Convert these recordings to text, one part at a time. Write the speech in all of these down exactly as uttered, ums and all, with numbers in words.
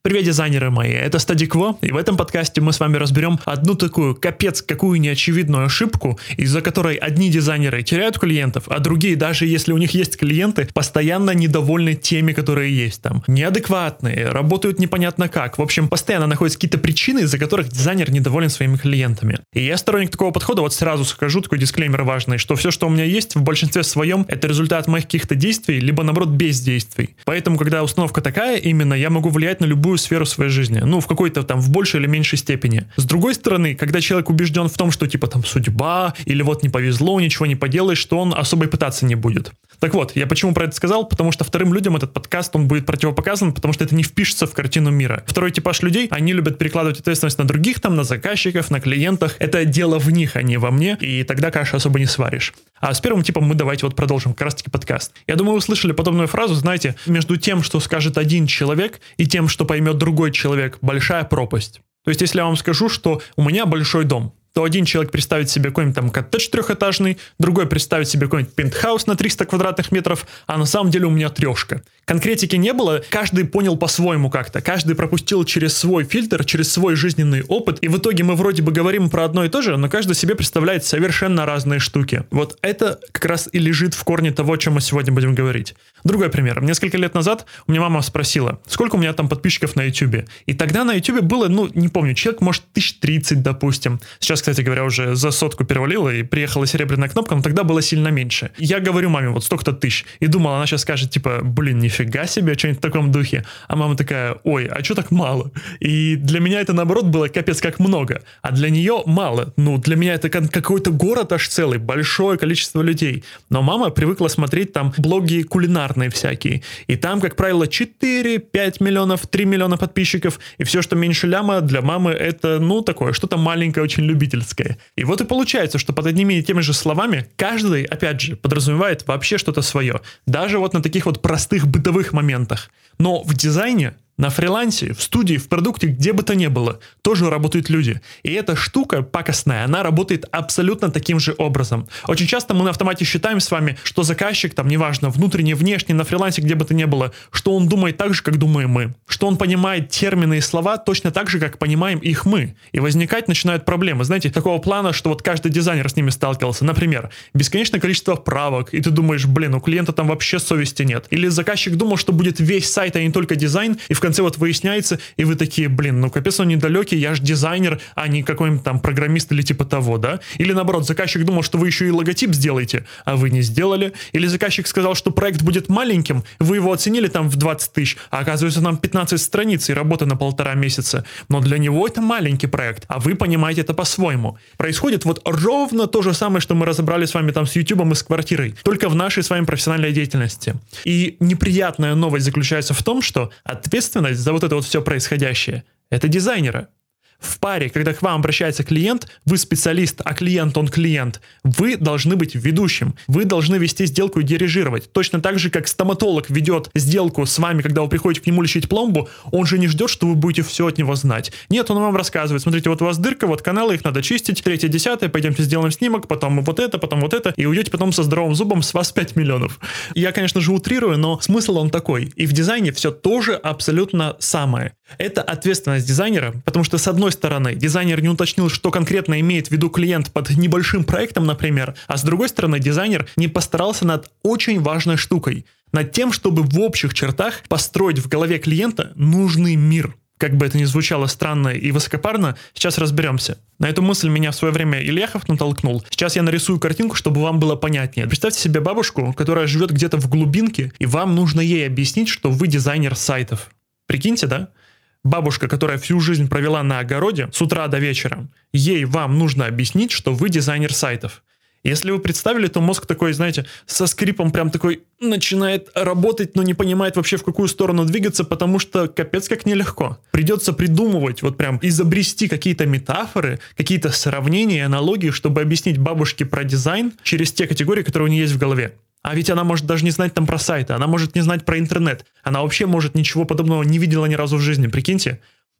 Привет, дизайнеры мои, это Static Quo, и в этом подкасте мы с вами разберем одну такую капец какую неочевидную ошибку, из-за которой одни дизайнеры теряют клиентов, а другие, даже если у них есть клиенты, постоянно недовольны теми, которые есть там. Неадекватные, работают непонятно как, в общем, постоянно находятся какие-то причины, из-за которых дизайнер недоволен своими клиентами. И я сторонник такого подхода, вот сразу скажу такой дисклеймер важный, что все, что у меня есть, в большинстве своем, это результат моих каких-то действий, либо наоборот бездействий. Поэтому, когда установка такая, именно я могу влиять на любую сферу своей жизни, ну, в какой-то там, в большей или меньшей степени. С другой стороны, когда человек убежден в том, что типа там судьба, или вот не повезло, ничего не поделаешь, что он особо и пытаться не будет. Так вот, я почему про это сказал? Потому что вторым людям этот подкаст, он будет противопоказан, потому что это не впишется в картину мира. Второй типаж людей, они любят перекладывать ответственность на других, там, на заказчиков, на клиентах. Это дело в них, а не во мне, и тогда каши особо не сваришь. А с первым типом мы давайте вот продолжим как раз-таки подкаст. Я думаю, вы слышали подобную фразу, знаете, между тем, что скажет один человек, и тем, что поймет другой человек, большая пропасть. То есть, если я вам скажу, что у меня большой дом, то один человек представит себе какой-нибудь там коттедж трехэтажный, другой представит себе какой-нибудь пентхаус на триста квадратных метров, а на самом деле у меня трешка. Конкретики не было, каждый понял по-своему как-то, каждый пропустил через свой фильтр, через свой жизненный опыт, и в итоге мы вроде бы говорим про одно и то же, но каждый себе представляет совершенно разные штуки. Вот это как раз и лежит в корне того, о чем мы сегодня будем говорить. Другой пример. Несколько лет назад у меня мама спросила, сколько у меня там подписчиков на YouTube. И тогда на YouTube было, ну, не помню, человек, может, тысяч тридцать, допустим. Сейчас, кстати говоря, уже за сотку перевалило, и приехала серебряная кнопка, но тогда было сильно меньше. Я говорю маме, вот столько-то тысяч. И думал, она сейчас скажет, типа, блин, нифига себе, что-нибудь в таком духе. А мама такая, ой, а что так мало? И для меня это, наоборот, было капец как много. А для нее мало. Ну, для меня это какой-то город аж целый, большое количество людей. Но мама привыкла смотреть там блоги кулинарные всякие. И там, как правило, четыре-пять миллионов, три миллиона подписчиков. И все, что меньше ляма, для мамы это, ну, такое, что-то маленькое, очень любительское. И вот и получается, что под одними и теми же словами каждый, опять же, подразумевает вообще что-то свое. Даже вот на таких вот простых бытовых моментах. Но в дизайне, на фрилансе, в студии, в продукте, где бы то ни было, тоже работают люди. И эта штука пакостная, она работает абсолютно таким же образом. Очень часто мы на автомате считаем с вами, что заказчик, там, неважно, внутренний, внешний, на фрилансе, где бы то ни было, что он думает так же, как думаем мы. Что он понимает термины и слова точно так же, как понимаем их мы. И возникать начинают проблемы. Знаете, такого плана, что вот каждый дизайнер с ними сталкивался. Например, бесконечное количество правок, и ты думаешь, блин, у клиента там вообще совести нет. Или заказчик думал, что будет весь сайт, а не только дизайн, и в В конце вот выясняется, и вы такие, блин, ну капец он недалекий, я же дизайнер, а не какой-нибудь там программист или типа того, да? Или наоборот, заказчик думал, что вы еще и логотип сделаете, а вы не сделали. Или заказчик сказал, что проект будет маленьким, вы его оценили там в двадцать тысяч, а оказывается там пятнадцать страниц и работа на полтора месяца. Но для него это маленький проект, а вы понимаете это по-своему. Происходит вот ровно то же самое, что мы разобрали с вами там с Ютубом и с квартирой, только в нашей с вами профессиональной деятельности. И неприятная новость заключается в том, что ответственность за вот это вот все происходящее — это дизайнера. В паре, когда к вам обращается клиент, вы специалист, а клиент он клиент, вы должны быть ведущим, вы должны вести сделку и дирижировать. Точно так же, как стоматолог ведет сделку с вами, когда вы приходите к нему лечить пломбу, он же не ждет, что вы будете все от него знать. Нет, он вам рассказывает, смотрите, вот у вас дырка, вот каналы, их надо чистить, третье, десятое, пойдемте сделаем снимок, потом вот это, потом вот это, и уйдете потом со здоровым зубом, с вас пять миллионов. Я, конечно же, утрирую, но смысл он такой. И в дизайне все тоже абсолютно самое. Это ответственность дизайнера, потому что, с одной стороны, дизайнер не уточнил, что конкретно имеет в виду клиент под небольшим проектом, например, а с другой стороны, дизайнер не постарался над очень важной штукой, над тем, чтобы в общих чертах построить в голове клиента нужный мир. Как бы это ни звучало странно и высокопарно, сейчас разберемся. На эту мысль меня в свое время Ильяхов натолкнул. Сейчас я нарисую картинку, чтобы вам было понятнее. Представьте себе бабушку, которая живет где-то в глубинке, и вам нужно ей объяснить, что вы дизайнер сайтов. Прикиньте, да? Бабушка, которая всю жизнь провела на огороде с утра до вечера, ей вам нужно объяснить, что вы дизайнер сайтов. Если вы представили, то мозг такой, знаете, со скрипом прям такой начинает работать, но не понимает вообще, в какую сторону двигаться, потому что капец как нелегко. Придется придумывать, вот прям изобрести какие-то метафоры, какие-то сравнения, аналогии, чтобы объяснить бабушке про дизайн через те категории, которые у нее есть в голове. А ведь она может даже не знать там про сайты, она может не знать про интернет, она вообще, может, ничего подобного не видела ни разу в жизни, прикиньте.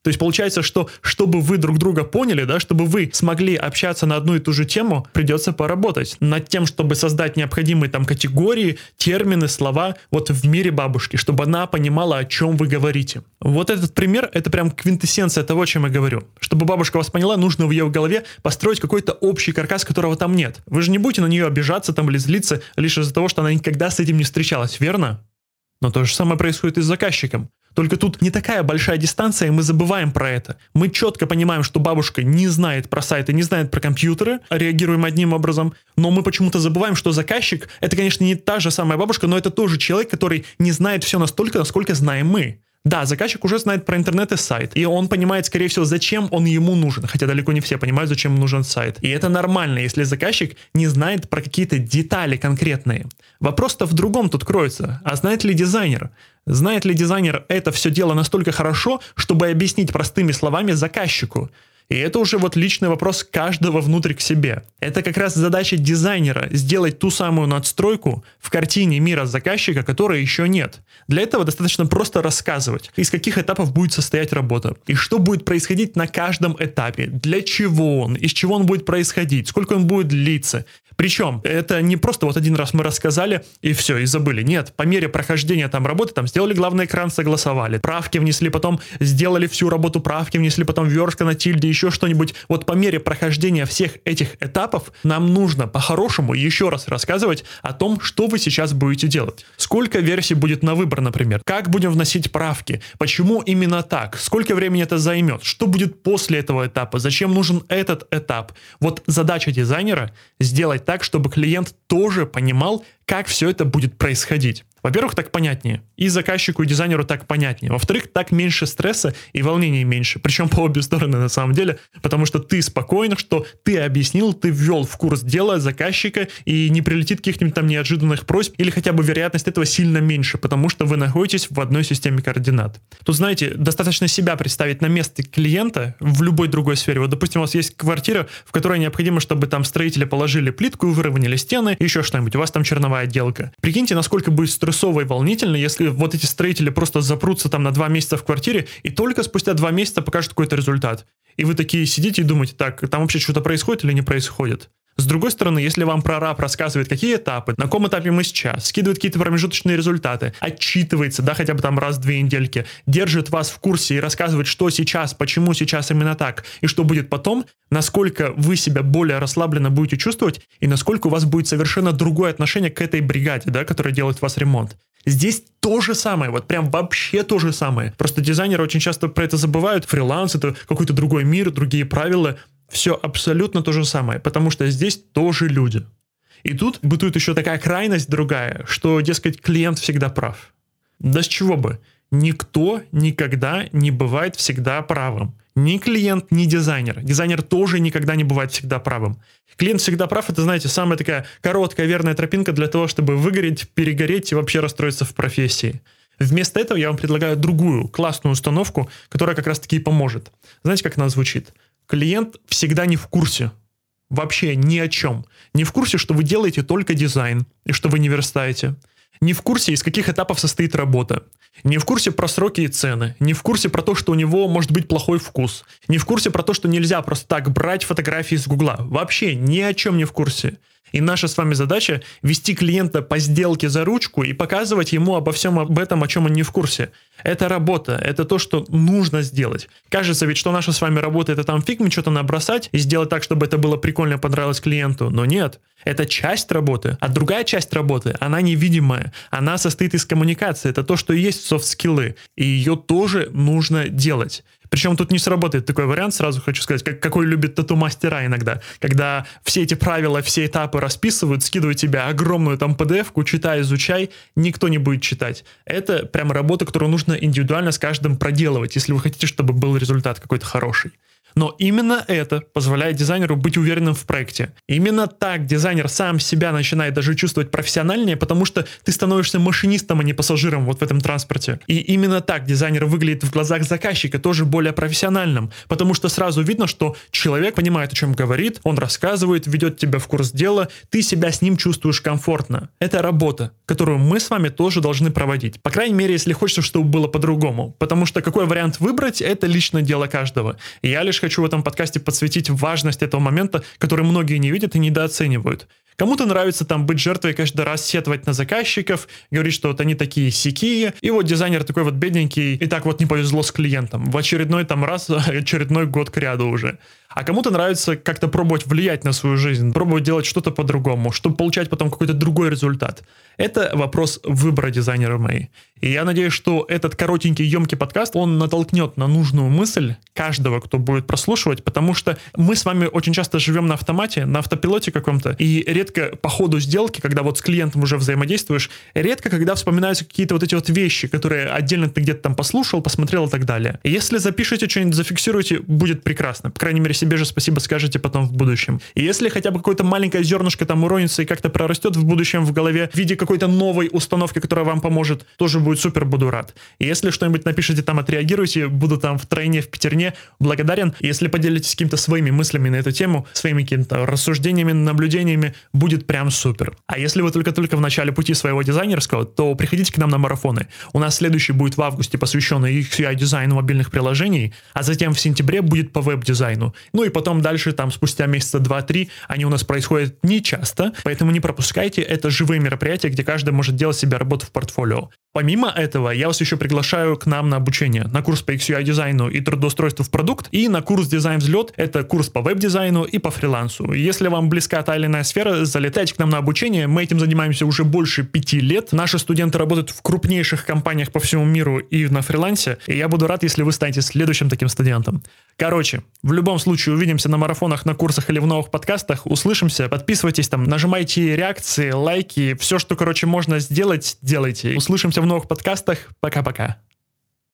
То есть получается, что чтобы вы друг друга поняли, да, чтобы вы смогли общаться на одну и ту же тему, придется поработать над тем, чтобы создать необходимые там категории, термины, слова вот в мире бабушки, чтобы она понимала, о чем вы говорите. Вот этот пример, это прям квинтэссенция того, о чем я говорю. Чтобы бабушка вас поняла, нужно в ее голове построить какой-то общий каркас, которого там нет. Вы же не будете на нее обижаться там или злиться лишь из-за того, что она никогда с этим не встречалась, верно? Но то же самое происходит и с заказчиком. Только тут не такая большая дистанция, и мы забываем про это. Мы четко понимаем, что бабушка не знает про сайты, не знает про компьютеры, реагируем одним образом, но мы почему-то забываем, что заказчик — это, конечно, не та же самая бабушка, но это тоже человек, который не знает все настолько, насколько знаем мы. Да, заказчик уже знает про интернет и сайт, и он понимает, скорее всего, зачем он ему нужен, хотя далеко не все понимают, зачем нужен сайт. И это нормально, если заказчик не знает про какие-то детали конкретные. Вопрос-то в другом тут кроется. А знает ли дизайнер? Знает ли дизайнер это все дело настолько хорошо, чтобы объяснить простыми словами заказчику? И это уже вот личный вопрос каждого внутрь к себе. Это как раз задача дизайнера — сделать ту самую надстройку в картине мира заказчика, которой еще нет. Для этого достаточно просто рассказывать, из каких этапов будет состоять работа, и что будет происходить на каждом этапе, для чего он, из чего он будет происходить, сколько он будет длиться. Причем это не просто вот один раз мы рассказали и все, и забыли. Нет, по мере прохождения там работы, там сделали главный экран, согласовали, правки внесли, потом сделали всю работу, правки внесли, потом верстка на тильде, еще что-нибудь. Вот по мере прохождения всех этих этапов нам нужно по-хорошему еще раз рассказывать о том, что вы сейчас будете делать. Сколько версий будет на выбор, например, как будем вносить правки, почему именно так, сколько времени это займет, что будет после этого этапа, зачем нужен этот этап. Вот задача дизайнера — сделать так, чтобы клиент тоже понимал, как все это будет происходить. Во-первых, так понятнее. И заказчику, и дизайнеру так понятнее. Во-вторых, так меньше стресса и волнений меньше. Причем по обе стороны на самом деле. Потому что ты спокоен, что ты объяснил, ты ввел в курс дела заказчика, и не прилетит каких-нибудь там неожиданных просьб, или хотя бы вероятность этого сильно меньше, потому что вы находитесь в одной системе координат. Тут, знаете, достаточно себя представить на место клиента в любой другой сфере. Вот, допустим, у вас есть квартира, в которой необходимо, чтобы там строители положили плитку и выровняли стены, еще что-нибудь. У вас там черновая отделка. Прикиньте, насколько будет стрессово и волнительно, если вот эти строители просто запрутся там на два месяца в квартире и только спустя два месяца покажут какой-то результат. И вы такие сидите и думаете, так, там вообще что-то происходит или не происходит? С другой стороны, если вам прораб рассказывает, какие этапы, на каком этапе мы сейчас, скидывает какие-то промежуточные результаты, отчитывается, да, хотя бы там раз в две недельки, держит вас в курсе и рассказывает, что сейчас, почему сейчас именно так, и что будет потом, насколько вы себя более расслабленно будете чувствовать, и насколько у вас будет совершенно другое отношение к этой бригаде, да, которая делает у вас ремонт. Здесь то же самое, вот прям вообще то же самое. Просто дизайнеры очень часто про это забывают. Фриланс — это какой-то другой мир, другие правила. Все абсолютно то же самое, потому что здесь тоже люди. И тут бытует еще такая крайность другая, что, дескать, клиент всегда прав. Да с чего бы? Никто никогда не бывает всегда правым. Ни клиент, ни дизайнер. Дизайнер тоже никогда не бывает всегда правым. Клиент всегда прав — это, знаете, самая такая короткая верная тропинка для того, чтобы выгореть, перегореть и вообще расстроиться в профессии. Вместо этого я вам предлагаю другую классную установку, которая как раз-таки и поможет. Знаете, как она звучит? Клиент всегда не в курсе. Вообще ни о чем. Не в курсе, что вы делаете только дизайн и что вы не верстаете. Не в курсе, из каких этапов состоит работа. Не в курсе про сроки и цены. Не в курсе про то, что у него может быть плохой вкус. Не в курсе про то, что нельзя просто так брать фотографии с Гугла. Вообще ни о чем не в курсе. И наша с вами задача — вести клиента по сделке за ручку и показывать ему обо всем об этом, о чем он не в курсе. Это работа, это то, что нужно сделать. Кажется ведь, что наша с вами работа — это там фиг мне что-то набросать и сделать так, чтобы это было прикольно, понравилось клиенту. Но нет, это часть работы. А другая часть работы, она невидимая. Она состоит из коммуникации. Это то, что и есть софт-скиллы. И ее тоже нужно делать. Причем тут не сработает такой вариант, сразу хочу сказать, как, какой любят тату-мастера иногда. Когда все эти правила, все этапы расписывают, скидывают тебе огромную там пи ди эф-ку, читай, изучай, никто не будет читать. Это прям работа, которую нужно индивидуально с каждым проделывать, если вы хотите, чтобы был результат какой-то хороший. Но именно это позволяет дизайнеру быть уверенным в проекте. Именно так дизайнер сам себя начинает даже чувствовать профессиональнее, потому что ты становишься машинистом, а не пассажиром вот в этом транспорте. И именно так дизайнер выглядит в глазах заказчика тоже более профессиональным, потому что сразу видно, что человек понимает, о чем говорит, он рассказывает, ведет тебя в курс дела, ты себя с ним чувствуешь комфортно. Это работа, которую мы с вами тоже должны проводить. По крайней мере, если хочется, чтобы было по-другому. Потому что какой вариант выбрать, это личное дело каждого. И я лишь хочу в этом подкасте подсветить важность этого момента, который многие не видят и недооценивают. Кому-то нравится там быть жертвой, каждый раз сетовать на заказчиков, говорить, что вот они такие сякие, и вот дизайнер такой вот бедненький, и так вот не повезло с клиентом. В очередной там раз, очередной год к ряду уже. А кому-то нравится как-то пробовать влиять на свою жизнь, пробовать делать что-то по-другому, чтобы получать потом какой-то другой результат. Это вопрос выбора дизайнера моей. И я надеюсь, что этот коротенький, емкий подкаст, он натолкнет на нужную мысль каждого, кто будет прослушивать, потому что мы с вами очень часто живем на автомате, на автопилоте каком-то, и редко по ходу сделки, когда вот с клиентом уже взаимодействуешь, редко когда вспоминаются какие-то вот эти вот вещи, которые отдельно ты где-то там послушал, посмотрел и так далее. И если запишите что-нибудь, зафиксируйте, будет прекрасно. По крайней мере, себе же спасибо скажете потом в будущем. И если хотя бы какое-то маленькое зернышко там уронится и как-то прорастет в будущем в голове в виде какой-то новой установки, которая вам поможет, тоже будет супер, буду рад. И если что-нибудь напишите там, отреагируйте, буду там в тройне, в пятерне благодарен. И если поделитесь какими-то своими мыслями на эту тему, своими какими-то рассуждениями, наблюдениями, будет прям супер. А если вы только-только в начале пути своего дизайнерского, то приходите к нам на марафоны. У нас следующий будет в августе, посвященный икс ю ай-дизайну мобильных приложений, а затем в сентябре будет по веб-дизайну. Ну и потом дальше, там, спустя месяца два-три, они у нас происходят нечасто, поэтому не пропускайте, это живые мероприятия, где каждый может делать себе работу в портфолио. Помимо этого, я вас еще приглашаю к нам на обучение, на курс по икс ю ай-дизайну и трудоустройству в продукт, и на курс «Дизайн-взлет», это курс по веб-дизайну и по фрилансу. Если вам близка та или иная сфера, залетайте к нам на обучение, мы этим занимаемся уже больше пяти лет. Наши студенты работают в крупнейших компаниях по всему миру и на фрилансе, и я буду рад, если вы станете следующим таким студентом. Короче, в любом случае увидимся на марафонах, на курсах или в новых подкастах, услышимся, подписывайтесь там, нажимайте реакции, лайки, все, что, короче, можно сделать, делайте. Услышимся в новых подкастах. Пока-пока.